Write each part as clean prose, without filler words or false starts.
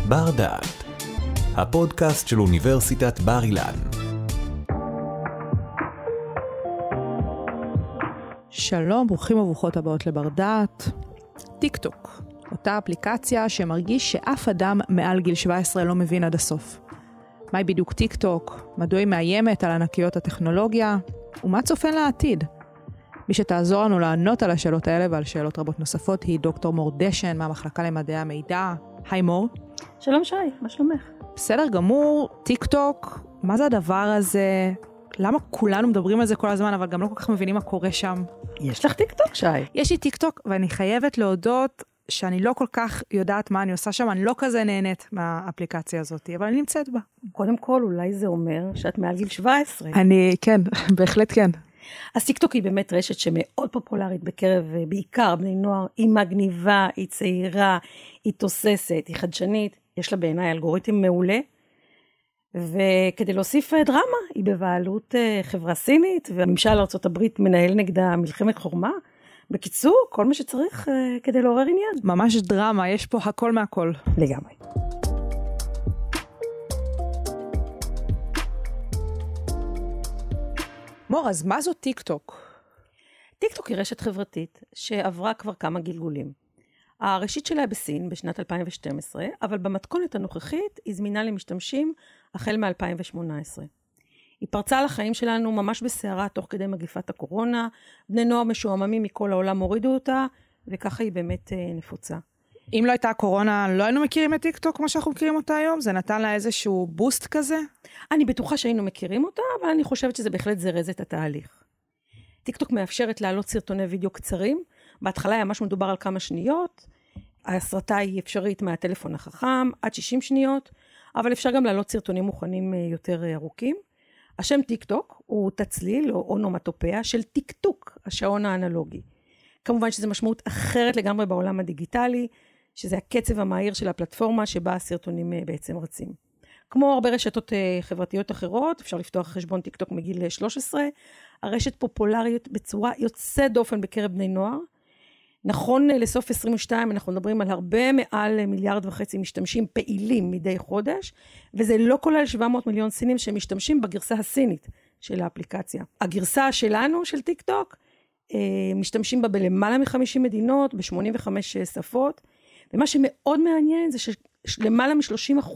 בר דעת, הפודקאסט של אוניברסיטת בר אילן. שלום, ברוכים וברוכות הבאות לבר דעת. טיק טוק, אותה אפליקציה שמרגיש שאף אדם מעל גיל 17 לא מבין עד הסוף. מהי בדיוק טיק טוק? מדוע היא מאיימת על ענקיות הטכנולוגיה? ומה צופן לעתיד? מי שתעזור לנו לענות על השאלות האלה ועל שאלות רבות נוספות היא דוקטור מור דשן מהמחלקה למדעי המידע. היי מור. שלום שי, מה שלומך? בסדר גמור, טיק טוק, מה זה הדבר הזה? למה כולנו מדברים על זה כל הזמן, אבל גם לא כל כך מבינים מה קורה שם? יש לך טיק טוק, שי? יש לי טיק טוק, ואני חייבת להודות שאני לא כל כך יודעת מה אני עושה שם, אני לא כזה נהנית מהאפליקציה הזאת, אבל אני נמצאת בה. קודם כל, אולי זה אומר שאת מעל גיל 17. כן, בהחלט כן. אז טיק טוק היא באמת רשת שמאוד פופולרית בקרב, בעיקר בני נוער. היא מגניבה, היא צעירה, היא תוססת, היא חדשנית. יש לה בעיניי אלגוריתם מעולה. וכדי להוסיף דרמה, היא בבעלות חברה סינית, והממשל ארצות הברית מנהל נגדה מלחמת חורמה. בקיצור, כל מה שצריך כדי לעורר עניין. ממש דרמה, יש פה הכל מהכל. לגמרי. מור, אז מה זו טיק טוק? טיק טוק היא רשת חברתית שעברה כבר כמה גלגולים. הראשית שלה בסין בשנת 2012, אבל במתכונת הנוכחית היא זמינה למשתמשים החל מ-2018. היא פרצה לחיים שלנו ממש בסערה תוך כדי מגיפת הקורונה, בני נוער משועממים מכל העולם הורידו אותה, וככה היא באמת נפוצה. אם לא הייתה הקורונה, לא היינו מכירים את טיק טוק כמו שאנחנו מכירים אותה היום? זה נתן לה איזשהו בוסט כזה? אני בטוחה שהיינו מכירים אותה, אבל אני חושבת שזה בהחלט זרז את התהליך. טיק טוק מאפשרת להעלות סרטוני וידאו קצרים, בהתחלה היה ממש מדובר על כמה שניות, ההסרטה היא אפשרית מהטלפון החכם, עד 60 שניות, אבל אפשר גם להעלות סרטונים מוכנים יותר ארוכים. השם טיק טוק הוא תצליל או אונומטופיה של טיק טוק, השעון האנלוגי. כמובן שזה משמעות אחרת לגמרי בעולם הדיגיטלי, שזה הקצב המהיר של הפלטפורמה שבה הסרטונים בעצם רצים. כמו הרבה רשתות חברתיות אחרות, אפשר לפתוח חשבון טיק טוק מגיל 13, הרשת פופולריות בצורה יוצאת דופן בקרב בני נוער. נכון לסוף 22 אנחנו מדברים על הרבה מעל 1.5 מיליארד משתמשים פעילים מדי חודש, וזה לא כולל 700 מיליון סינים שמשתמשים בגרסה הסינית של האפליקציה. הגרסה שלנו של טיק טוק, משתמשים בה בלמעלה מ-50 מדינות, ב-85 שפות, ומה שמאוד מעניין זה שלמעלה מ-30%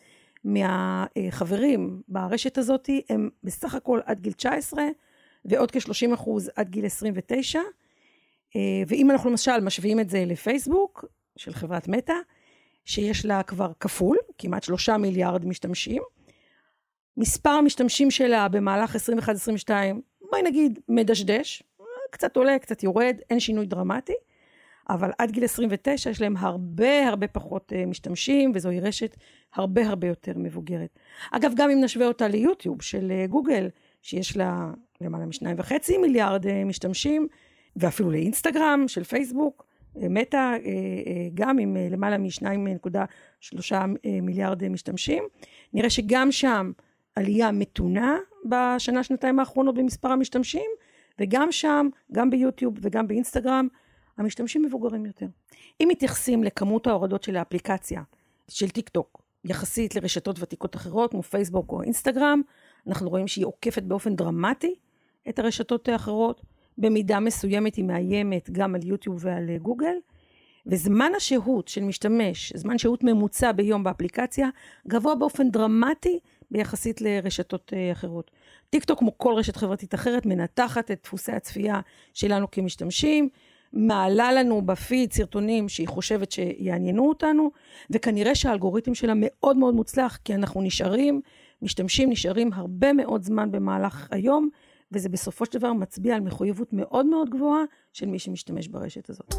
מהחברים ברשת הזאת הם בסך הכל עד גיל 19, ועוד כ-30% עד גיל 29, ואם אנחנו למשל משווים את זה לפייסבוק, של חברת מטא, שיש לה כבר כפול, כמעט 3 מיליארד משתמשים, מספר המשתמשים שלה במהלך 21-22, בואי נגיד מדשדש, קצת עולה, קצת יורד, אין שינוי דרמטי, אבל עד גיל 29 יש להם הרבה פחות משתמשים, וזוהי רשת הרבה יותר מבוגרת. אגב, גם אם נשווה אותה ליוטיוב של גוגל, שיש לה למעלה מ2.5 מיליארד משתמשים, ואפילו לאינסטגרם של פייסבוק, מטא גם עם למעלה מ2.3 מיליארד משתמשים, נראה שגם שם עלייה מתונה בשנה-שנתיים האחרונות במספר המשתמשים, וגם שם, גם ביוטיוב וגם באינסטגרם, המשתמשים מבוגרים יותר. אם מתייחסים לכמות ההורדות של האפליקציה של טיק טוק, יחסית לרשתות ותיקות אחרות, כמו פייסבוק או אינסטגרם, אנחנו רואים שהיא עוקפת באופן דרמטי את הרשתות האחרות, במידה מסוימת היא מאיימת גם על יוטיוב ועל גוגל, וזמן השהות של משתמש, זמן שהות ממוצע ביום באפליקציה, גבוה באופן דרמטי ביחסית לרשתות אחרות. טיק טוק, כמו כל רשת חברתית אחרת, מנתחת את דפוסי הצפייה שלנו כמשתמשים, מעלה לנו בפיד סרטונים שהיא חושבת שיעניינו אותנו, וכנראה שהאלגוריתם שלה מאוד מוצלח, כי אנחנו משתמשים נשארים הרבה מאוד זמן במהלך היום, וזה בסופו של דבר מצביע על מחויבות מאוד גבוהה של מי שמשתמש ברשת הזאת.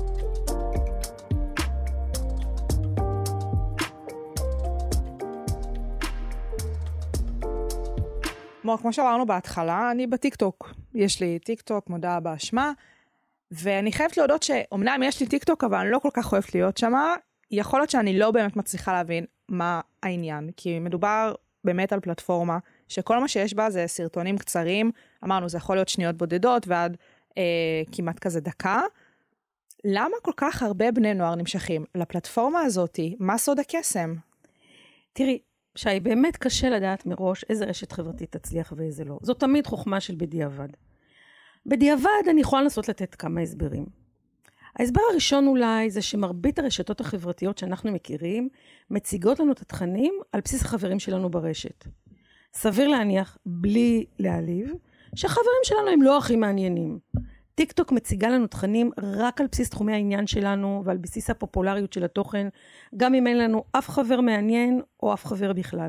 כמו שאמרנו בהתחלה, אני בטיק טוק. יש לי טיק טוק, מודעה באשמה, ואני חייבת להודות שאומנם יש לי טיק טוק, אבל אני לא כל כך אוהבת להיות שמה. יכול להיות שאני לא באמת מצליחה להבין מה העניין, כי מדובר באמת על פלטפורמה, שכל מה שיש בה זה סרטונים קצרים, אמרנו זה יכול להיות שניות בודדות, ועד כמעט כזה דקה. למה כל כך הרבה בני נוער נמשכים לפלטפורמה הזאת? מה סוד הקסם? תראי, שי, באמת קשה לדעת מראש איזה רשת חברתית תצליח ואיזה לא. זו תמיד חוכמה של בדיעבד. בדיעבד אני יכולה לנסות לתת כמה הסברים. ההסבר הראשון אולי זה שמרבית הרשתות החברתיות שאנחנו מכירים, מציגות לנו את התכנים על בסיס החברים שלנו ברשת. סביר להניח, בלי להעליב, שהחברים שלנו הם לא הכי מעניינים. טיקטוק מציגה לנו תכנים רק על בסיס תחומי העניין שלנו, ועל בסיס הפופולריות של התוכן, גם אם אין לנו אף חבר מעניין, או אף חבר בכלל.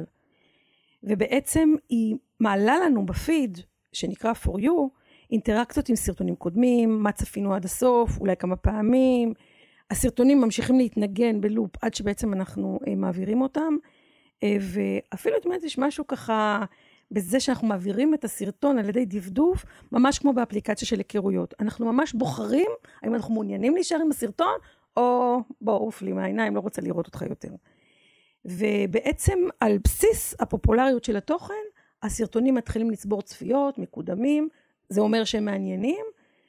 ובעצם היא מעלה לנו בפיד, שנקרא For You, אינטראקציות עם סרטונים קודמים, מה צפינו עד הסוף, אולי כמה פעמים. הסרטונים ממשיכים להתנגן בלופ, עד שבעצם אנחנו מעבירים אותם, ואפילו את אומרת, יש משהו ככה, בזה שאנחנו מעבירים את הסרטון על ידי דפדוף, ממש כמו באפליקציה של היכרויות. אנחנו ממש בוחרים, האם אנחנו מעוניינים להישאר עם הסרטון, או בוא, עוף לי מהעיניים, לא רוצה לראות אותך יותר. ובעצם על בסיס הפופולריות של התוכן, הסרטונים מתחילים לצבור צפיות, מקודמים, זה אומר שהם מעניינים,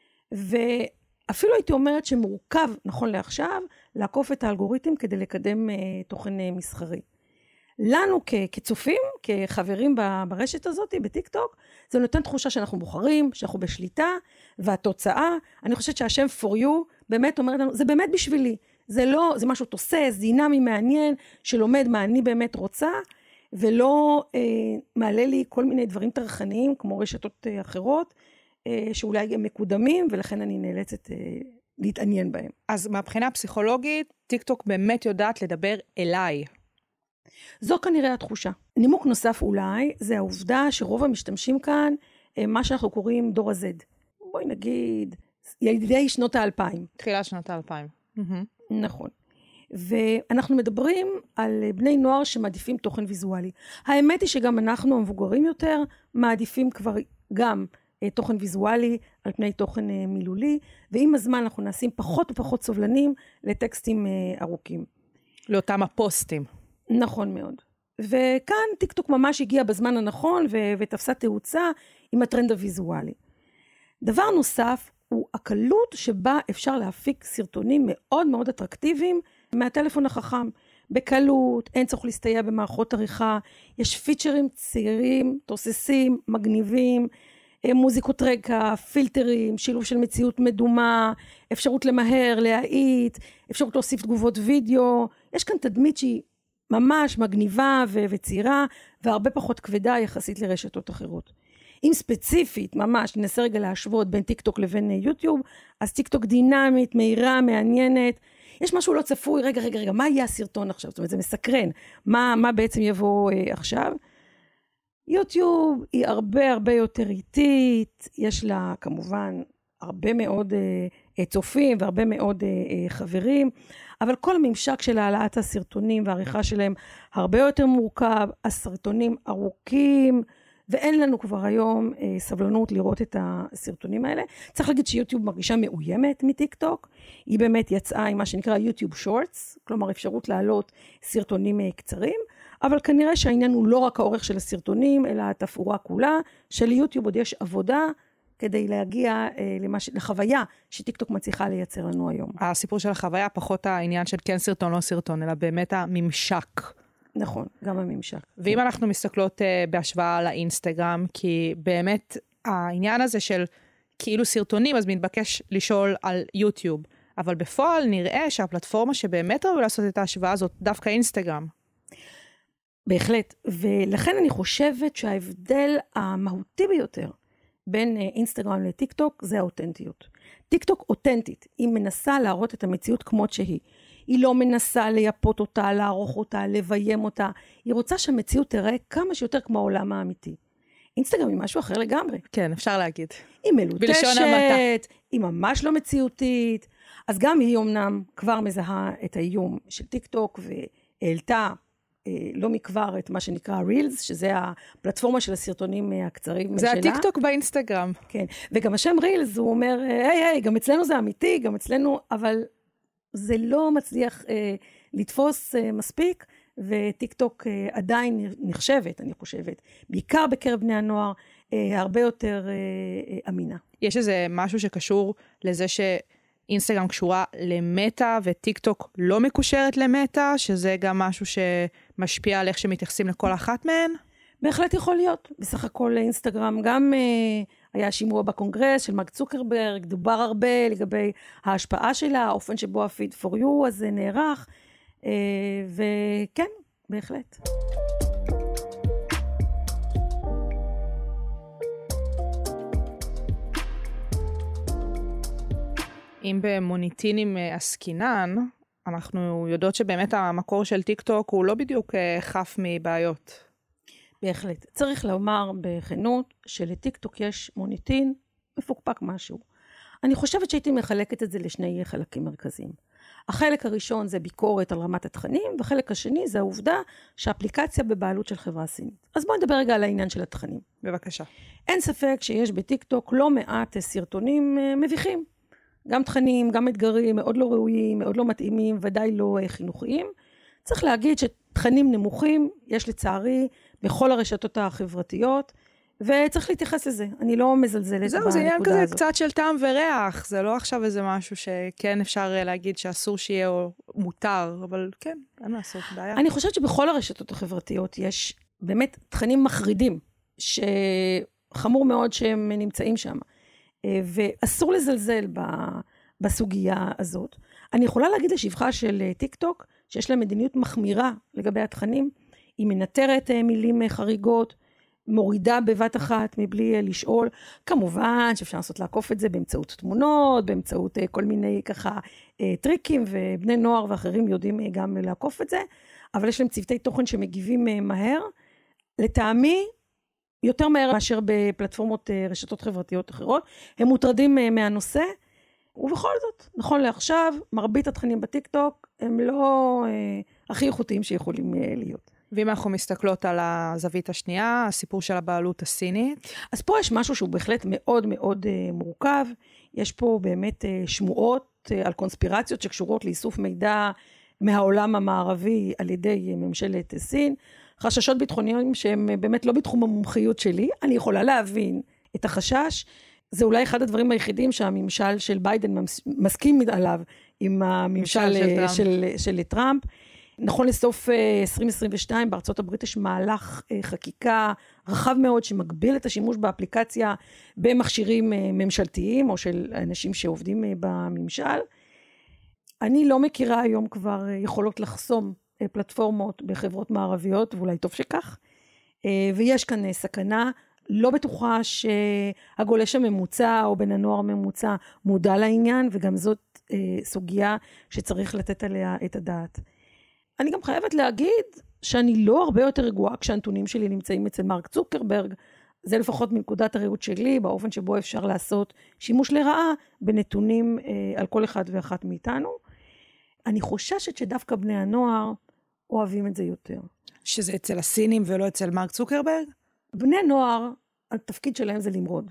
ואפילו הייתי אומרת שמורכב, נכון לעכשיו, לעקוף את האלגוריתם כדי לקדם תוכן מסחרי. לנו כצופים, כחברים ברשת הזאת, בטיקטוק, זה נותן תחושה שאנחנו בוחרים, שאנחנו בשליטה, והתוצאה, אני חושבת שהשם For You באמת אומרת לנו, זה באמת בשבילי, זה לא, זה משהו תוסס, דינמי, מעניין, שלומד מה אני באמת רוצה, ולא מעלה לי כל מיני דברים טרחניים, כמו רשתות אחרות, שאולי הם מקודמים, ולכן אני נאלצת להתעניין בהם. אז מהבחינה הפסיכולוגית, טיקטוק באמת יודעת לדבר אליי. זו כנראה התחושה. נימוק נוסף אולי, זה העובדה שרוב המשתמשים כאן, מה שאנחנו קוראים דור ה-Z. בואי נגיד, ילידי שנות ה-2000. תחילת שנות ה-2000. נכון. ואנחנו מדברים על בני נוער שמעדיפים תוכן ויזואלי. האמת היא שגם אנחנו המבוגרים יותר, מעדיפים כבר גם תוכן ויזואלי על פני תוכן מילולי, ועם הזמן אנחנו נעשים פחות ופחות סובלנים לטקסטים ארוכים. לאותם הפוסטים. נכון מאוד. וכאן טיקטוק ממש הגיע בזמן הנכון ותפסה תאוצה עם הטרנד הוויזואלי. דבר נוסף הוא הקלות שבה אפשר להפיק סרטונים מאוד מאוד אטרקטיביים מהטלפון החכם. בקלות, אין צורך להסתייע במערכות עריכה, יש פיצ'רים צעירים, תוססים, מגניבים, מוזיקות רקע, פילטרים, שילוב של מציאות מדומה, אפשרות למהר, להאיט, אפשרות להוסיף תגובות וידאו. יש כאן תדמית שהיא ממש מגניבה וצעירה, והרבה פחות כבדה יחסית לרשתות אחרות. אם ספציפית, ממש, ננסה רגע להשוות בין טיקטוק לבין יוטיוב, אז טיקטוק דינמית, מהירה, מעניינת. יש משהו לא צפוי, רגע, מה יהיה הסרטון עכשיו? זאת אומרת, זה מסקרן. מה בעצם יבוא עכשיו? יוטיוב היא הרבה יותר איטית, יש לה כמובן הרבה מאוד צופים והרבה מאוד חברים, אבל כל הממשק של העלאת הסרטונים והעריכה שלהם הרבה יותר מורכב, הסרטונים ארוכים, ואין לנו כבר היום סבלנות לראות את הסרטונים האלה. צריך להגיד שיוטיוב מרגישה מאוימת מטיקטוק, היא באמת יצאה עם מה שנקרא יוטיוב שורטס, כלומר אפשרות לעלות סרטונים קצרים, אבל כנראה שהעניין הוא לא רק האורך של הסרטונים, אלא התפאורה כולה, שליוטיוב עוד יש עבודה כדי להגיע לחוויה שטיקטוק מצליחה לייצר לנו היום. הסיפור של החוויה פחות העניין של כן סרטון לא סרטון, אלא באמת הממשק. נכון, גם הממשק. ואם אנחנו מסתכלות בהשוואה לאינסטגרם, כי באמת העניין הזה של כאילו סרטונים, אז מתבקש לשאול על יוטיוב, אבל בפועל נראה שהפלטפורמה שבאמת ראוי לעשות את ההשוואה הזאת, דווקא אינסטגרם. בהחלט, ולכן אני חושבת שההבדל המהותי ביותר בין אינסטגרם לטיקטוק זה האותנטיות. טיקטוק אותנטית, היא מנסה להראות את המציאות כמות שהיא. היא לא מנסה לייפות אותה, לערוך אותה, לביים אותה. היא רוצה שהמציאות תראה כמה שיותר כמו העולם האמיתי. אינסטגרם היא משהו אחר לגמרי. כן, אפשר להגיד. היא מלוטשת, היא ממש לא מציאותית. אז גם היא אומנם כבר מזהה את האיום של טיקטוק, והעלתה לא מכבר את מה שנקרא רילס, שזה הפלטפורמה של הסרטונים הקצרים זה שלה. זה הטיקטוק באינסטגרם. כן, וגם השם רילס, הוא אומר, היי, גם אצלנו זה אמיתי, גם אצלנו, אבל זה לא מצליח לתפוס מספיק, וטיקטוק עדיין נחשבת, אני חושבת, בעיקר בקרב בני הנוער, הרבה יותר אמינה. יש איזה משהו שקשור לזה אינסטגרם קשורה למטה וטיק טוק לא מקושרת למטה, שזה גם משהו שמשפיע על איך שמתייחסים לכל אחת מהן? בהחלט יכול להיות. בסך הכל אינסטגרם גם היה שימוע בקונגרס של מרק צוקרברג, דובר הרבה לגבי ההשפעה שלה, האופן שבו הפיד for you הזה נערך, וכן, בהחלט. אם במוניטינים עסקינן, אנחנו יודעות שבאמת המקור של טיק טוק הוא לא בדיוק חף מבעיות. בהחלט. צריך לומר בכנות שלטיק טוק יש מוניטין מפוקפק משהו. אני חושבת שהייתי מחלקת את זה לשני חלקים מרכזיים. החלק הראשון זה ביקורת על רמת התכנים, והחלק השני זה העובדה שהאפליקציה בבעלות של חברה סינית. אז בואו נדבר רגע על העניין של התכנים. בבקשה. אין ספק שיש בטיק טוק לא מעט סרטונים מביכים. גם תכנים, גם אתגרים מאוד לא ראויים, מאוד לא מתאימים, ודאי לא חינוכיים. צריך להגיד שתכנים נמוכים, יש לצערי בכל הרשתות החברתיות, וצריך להתייחס לזה. אני לא מזלזלת בנקודה הזאת. זהו, זה עניין כזה קצת של טעם וריח, זה לא עכשיו איזה משהו שכן אפשר להגיד שאסור שיהיה או מותר, אבל כן, אין לעשות בעיה. אני חושבת שבכל הרשתות החברתיות יש באמת תכנים מחרידים, שחמור מאוד שהם נמצאים שם. ואסור לזלזל בסוגיה הזאת. אני יכולה להגיד לשבחה של טיק טוק, שיש לה מדיניות מחמירה לגבי התכנים, היא מנטרת מילים חריגות, מורידה בבת אחת מבלי לשאול, כמובן שאפשר לעשות לעקוף את זה באמצעות תמונות, באמצעות כל מיני ככה טריקים, ובני נוער ואחרים יודעים גם לעקוף את זה, אבל יש להם צוותי תוכן שמגיבים מהר, לטעמי, יותר מהר מאשר בפלטפורמות רשתות חברתיות אחרות, הם מוטרדים מהנושא, ובכל זאת, נכון לעכשיו, מרבית התכנים בטיק טוק, הם לא הכי איכותיים שיכולים להיות. ואם אנחנו מסתכלות על הזווית השנייה, הסיפור של הבעלות הסינית. אז פה יש משהו שהוא בהחלט מאוד מאוד מורכב, יש פה באמת שמועות על קונספירציות שקשורות לאיסוף מידע מהעולם המערבי על ידי ממשלת סין, חששות ביטחוניים שהם באמת לא בתחום המומחיות שלי, אני יכולה להבין את החשש, זה אולי אחד הדברים היחידים שהממשל של ביידן מסכים עליו עם הממשל של טראמפ. נכון לסוף 2022 בארצות הברית יש מהלך חקיקה רחב מאוד שמגביל את השימוש באפליקציה במכשירים ממשלתיים או של אנשים שעובדים בממשל. אני לא מכירה היום כבר יכולות לחסום פלטפורמות בחברות מערביות, ואולי טוב שכך, ויש כאן סכנה, לא בטוחה שהגולש הממוצע או בן הנוער הממוצע מודע לעניין, וגם זאת סוגיה שצריך לתת עליה את הדעת. אני גם חייבת להגיד שאני לא הרבה יותר רגועה כשהנתונים שלי נמצאים אצל מרק צוקרברג, זה לפחות מנקודת הראות שלי, באופן שבו אפשר לעשות שימוש לרעה בנתונים על כל אחד ואחת מאיתנו. אני חוששת שדווקא בני הנוער אוהבים את זה יותר. שזה אצל הסינים ולא אצל מרק צוקרברג? בני נוער, התפקיד שלהם זה למרוד.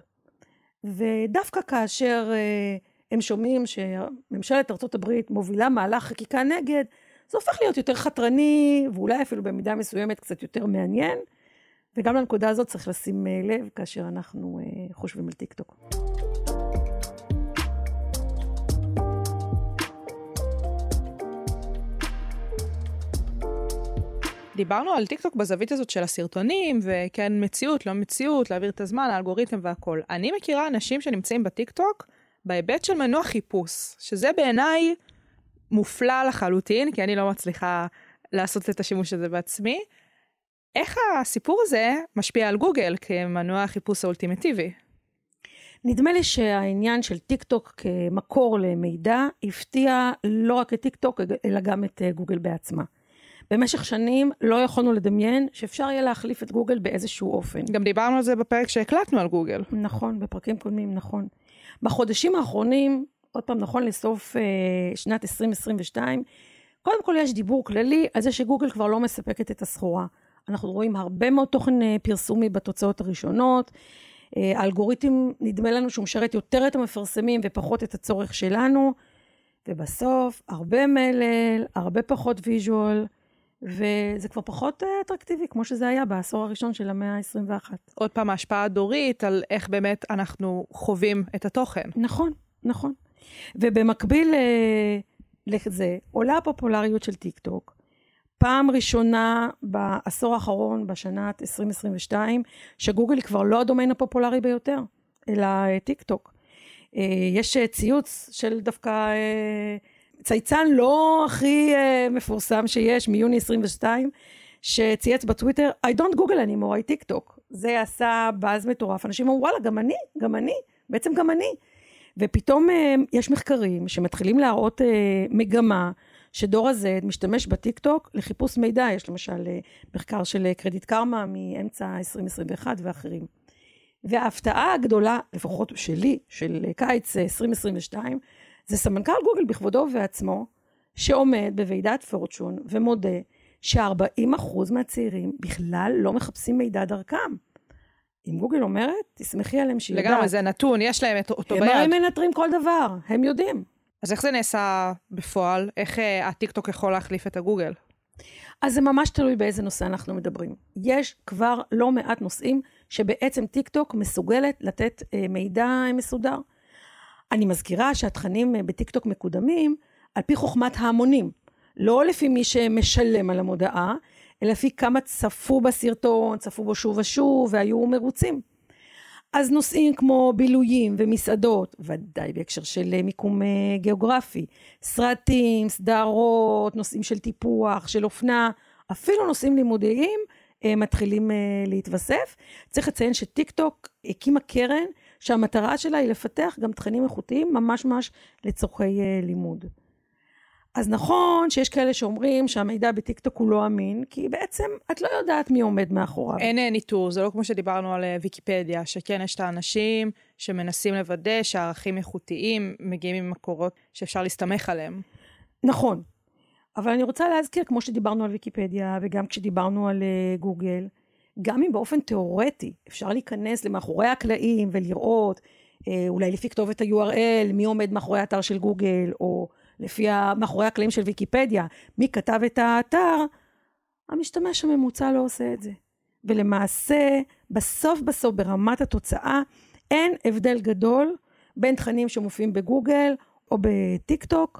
ודווקא כאשר הם שומעים שממשלת ארצות הברית מובילה מהלך חקיקה נגד, זה הופך להיות יותר חתרני, ואולי אפילו במידה מסוימת קצת יותר מעניין, וגם לנקודה הזאת צריך לשים לב כאשר אנחנו חושבים על טיק טוק. דיברנו על טיק טוק בזווית הזאת של הסרטונים, וכן מציאות, לא מציאות, להעביר את הזמן, האלגוריתם והכל. אני מכירה אנשים שנמצאים בטיק טוק, בהיבט של מנוע חיפוש, שזה בעיניי מופלא לחלוטין, כי אני לא מצליחה לעשות את השימוש הזה בעצמי. איך הסיפור הזה משפיע על גוגל כמנוע החיפוש האולטימטיבי? נדמה לי שהעניין של טיק טוק כמקור למידע, הפתיע לא רק את טיק טוק, אלא גם את גוגל בעצמה. במשך שנים לא יכולנו לדמיין שאפשר יהיה להחליף את גוגל באיזשהו אופן. גם דיברנו על זה בפרק שהקלטנו על גוגל. נכון, בפרקים קודמים, נכון. בחודשים האחרונים, עוד פעם נכון לסוף שנת 2022, קודם כל יש דיבור כללי על זה שגוגל כבר לא מספקת את הסחורה. אנחנו רואים הרבה מאוד תוכן פרסומי בתוצאות הראשונות, האלגוריתם נדמה לנו שהוא משרת יותר את המפרסמים ופחות את הצורך שלנו, ובסוף הרבה מלל, הרבה פחות ויז'ואל, וזה כבר פחות אטרקטיבי, כמו שזה היה בעשור הראשון של המאה ה-21. עוד פעם, ההשפעה הדורית על איך באמת אנחנו חווים את התוכן. נכון, נכון. ובמקביל לזה, עולה הפופולריות של טיק טוק. פעם ראשונה בעשור האחרון, בשנת 2022, שגוגל כבר לא הדומיין הפופולרי ביותר, אלא טיק טוק. יש ציוץ של דווקא צייצן לא הכי מפורסם שיש, מיוני 22, שצייץ בטוויטר, I don't Google anymore, I TikTok. זה עשה באז מטורף. אנשים אמרו, וואלה, גם אני, בעצם גם אני. ופתאום יש מחקרים שמתחילים להראות מגמה, שדור הזה משתמש בטיקטוק לחיפוש מידע. יש למשל מחקר של קרדיט קרמה מאמצע 2021 ואחרים. וההפתעה הגדולה, לפחות שלי, של קיץ 2022, זה סמנכ"ל גוגל בכבודו ובעצמו, שעומד בוועידת פורצ'ון ומודה ש40% מהצעירים בכלל לא מחפשים מידע דרכם. אם גוגל אומרת, תסמכי עליהם שידעת. לגמרי, זה נתון, יש להם אותו ביד. הם מנטרים כל דבר, הם יודעים. אז איך זה נעשה בפועל? איך הטיקטוק יכול להחליף את הגוגל? אז זה ממש תלוי באיזה נושא אנחנו מדברים. יש כבר לא מעט נושאים שבעצם טיקטוק מסוגלת לתת מידע מסודר. אני מזכירה שהתכנים בטיקטוק מקודמים על פי חוכמת ההמונים, לא לפי מי שמשלם על המודעה, אלא לפי כמה צפו בסרטון, צפו בו שוב ושוב והיו מרוצים. אז נושאים כמו בילויים ומסעדות, ודאי בהקשר של מיקום גיאוגרפי, סרטים, סדרות, נושאים של טיפוח, של אופנה, אפילו נושאים לימודיים מתחילים להתווסף. צריך לציין שטיקטוק הקימה קרן שהמטרה שלה היא לפתח גם תכנים איכותיים ממש לצורכי לימוד. אז נכון שיש כאלה שאומרים שהמידע בטיקטוק הוא לא אמין, כי בעצם את לא יודעת מי עומד מאחוריו. אין ניטור, זה לא כמו שדיברנו על ויקיפדיה, שכן יש את האנשים שמנסים לוודא שהערכים איכותיים מגיעים ממקורות שאפשר להסתמך עליהם. נכון, אבל אני רוצה להזכיר, כמו שדיברנו על ויקיפדיה, וגם כשדיברנו על גוגל, גם אם באופן תיאורטי אפשר להיכנס למאחורי הקלעים ולראות, אולי לפי כתובת ה-URL, מי עומד מאחורי האתר של גוגל, או לפי מאחורי הקלעים של ויקיפדיה, מי כתב את האתר, המשתמש הממוצע לא עושה את זה. ולמעשה, בסוף ברמת התוצאה, אין הבדל גדול בין תכנים שמופיעים בגוגל או בטיקטוק,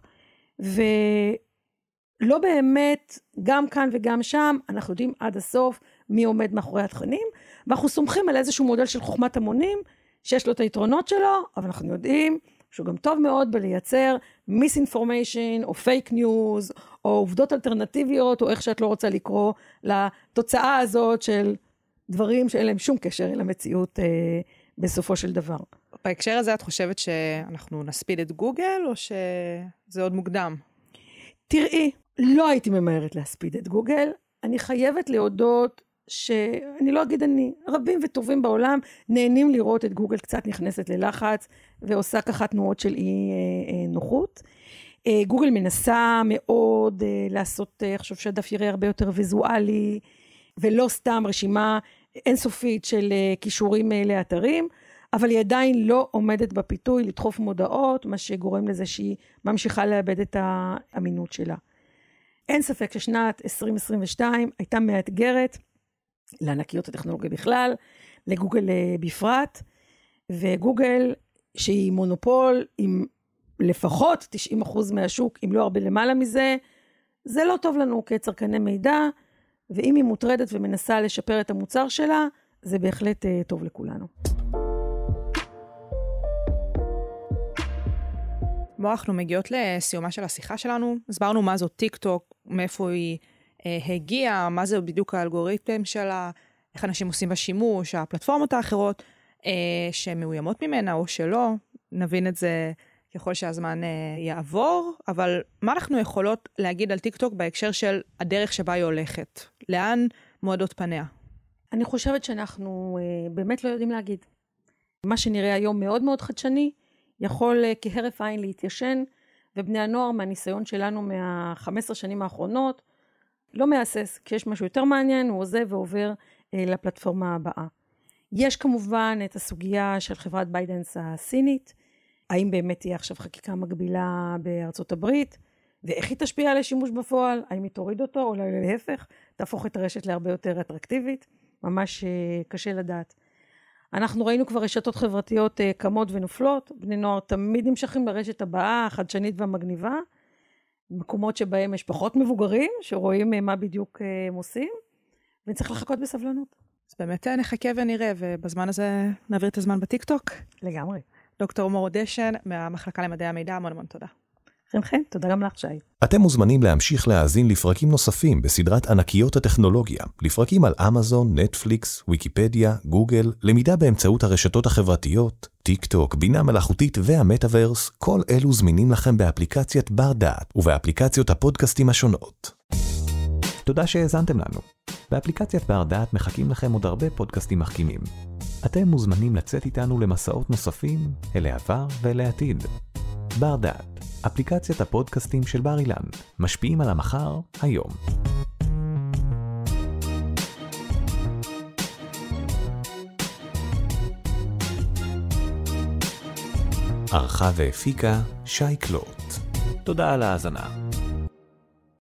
ולא באמת, גם כאן וגם שם, אנחנו יודעים עד הסוף מי עומד מאחורי התכנים, ואנחנו סומכים על איזשהו מודל של חוכמת המונים, שיש לו את היתרונות שלו, אבל אנחנו יודעים שהוא גם טוב מאוד בלייצר misinformation או fake news או עובדות אלטרנטיביות או איך שאת לא רוצה לקרוא לתוצאה הזאת של דברים שאין להם שום קשר אל המציאות בסופו של דבר. בהקשר הזה את חושבת שאנחנו נספיד את גוגל או שזה עוד מוקדם? תראי, לא הייתי ממהרת להספיד את גוגל. אני חייבת להודות שאני לא אגיד רבים וטובים בעולם נהנים לראות את גוגל קצת נכנסת ללחץ ועושה ככה תנועות של אי נוחות. גוגל מנסה מאוד לעשות, חושב שהדף יראה הרבה יותר ויזואלי, ולא סתם רשימה אינסופית של קישורים לאתרים, אבל היא עדיין לא עומדת בפיתוי לדחוף מודעות, מה שגורם לזה שהיא ממשיכה לאבד את האמינות שלה. אין ספק ששנת 2022 הייתה מאתגרת, לענקיות הטכנולוגיה בכלל, לגוגל בפרט, וגוגל שהיא מונופול עם לפחות 90% מהשוק, אם לא הרבה למעלה מזה, זה לא טוב לנו כצרכני מידע, ואם היא מוטרדת ומנסה לשפר את המוצר שלה, זה בהחלט טוב לכולנו. אנחנו מגיעות לסיומה של השיחה שלנו, הסברנו מה זאת טיק טוק, מאיפה היא הגיעה, מה זה בדיוק האלגוריתם שלה, איך אנשים עושים בשימוש, הפלטפורמות האחרות שמאוימות ממנה או שלא, נבין את זה ככל שהזמן יעבור, אבל מה אנחנו יכולות להגיד על טיק טוק בהקשר של הדרך שבה היא הולכת? לאן מועדות פניה? אני חושבת שאנחנו באמת לא יודעים להגיד. מה שנראה היום מאוד מאוד חדשני, יכול כהרף עין להתיישן, ובני הנוער מהניסיון שלנו מה-15 שנים האחרונות, לא מהסס, כשיש משהו יותר מעניין, הוא עוזב ועובר לפלטפורמה הבאה. יש כמובן את הסוגיה של חברת ביידנס הסינית, האם באמת תהיה עכשיו חקיקה מקבילה בארצות הברית, ואיך היא תשפיע על השימוש בפועל, האם היא תוריד אותו, או להפך, תהפוך את הרשת להרבה יותר אטרקטיבית, ממש קשה לדעת. אנחנו ראינו כבר רשתות חברתיות קמות ונופלות, בני נוער תמיד נמשכים לרשת הבאה, החדשנית והמגניבה, מקומות שבהם יש פחות מבוגרים, שרואים מה בדיוק הם עושים, וצריך לחכות בסבלנות. אז באמת נחכה ונראה, ובזמן הזה נעביר את הזמן בטיקטוק. לגמרי. דוקטור מור דשן, מהמחלקה למדעי המידע, המון תודה. חן, תודה גם לך, שי. אתם מוזמנים להמשיך להאזין לפרקים נוספים בסדרת ענקיות הטכנולוגיה, לפרקים על אמזון, נטפליקס, ויקיפדיה, גוגל, למידה באמצעות הרשתות החברתיות, טיקטוק, בינה מלאכותית והמטאברס, כל אלו זמינים לכם באפליקציית בר דעת ובאפליקציות הפודקאסטים השונות. תודה שהאזנתם לנו. באפליקציית בר דעת מחכים לכם עוד הרבה פודקאסטים מחכימים. אתם מוזמנים לצאת איתנו למסעות נוספים אל העבר ואל העתיד. בר דעת, אפליקציית הפודקאסטים של בר אילן, משפיעים על המחר היום. ערכה והפיקה שי קלוט. תודה על ההאזנה.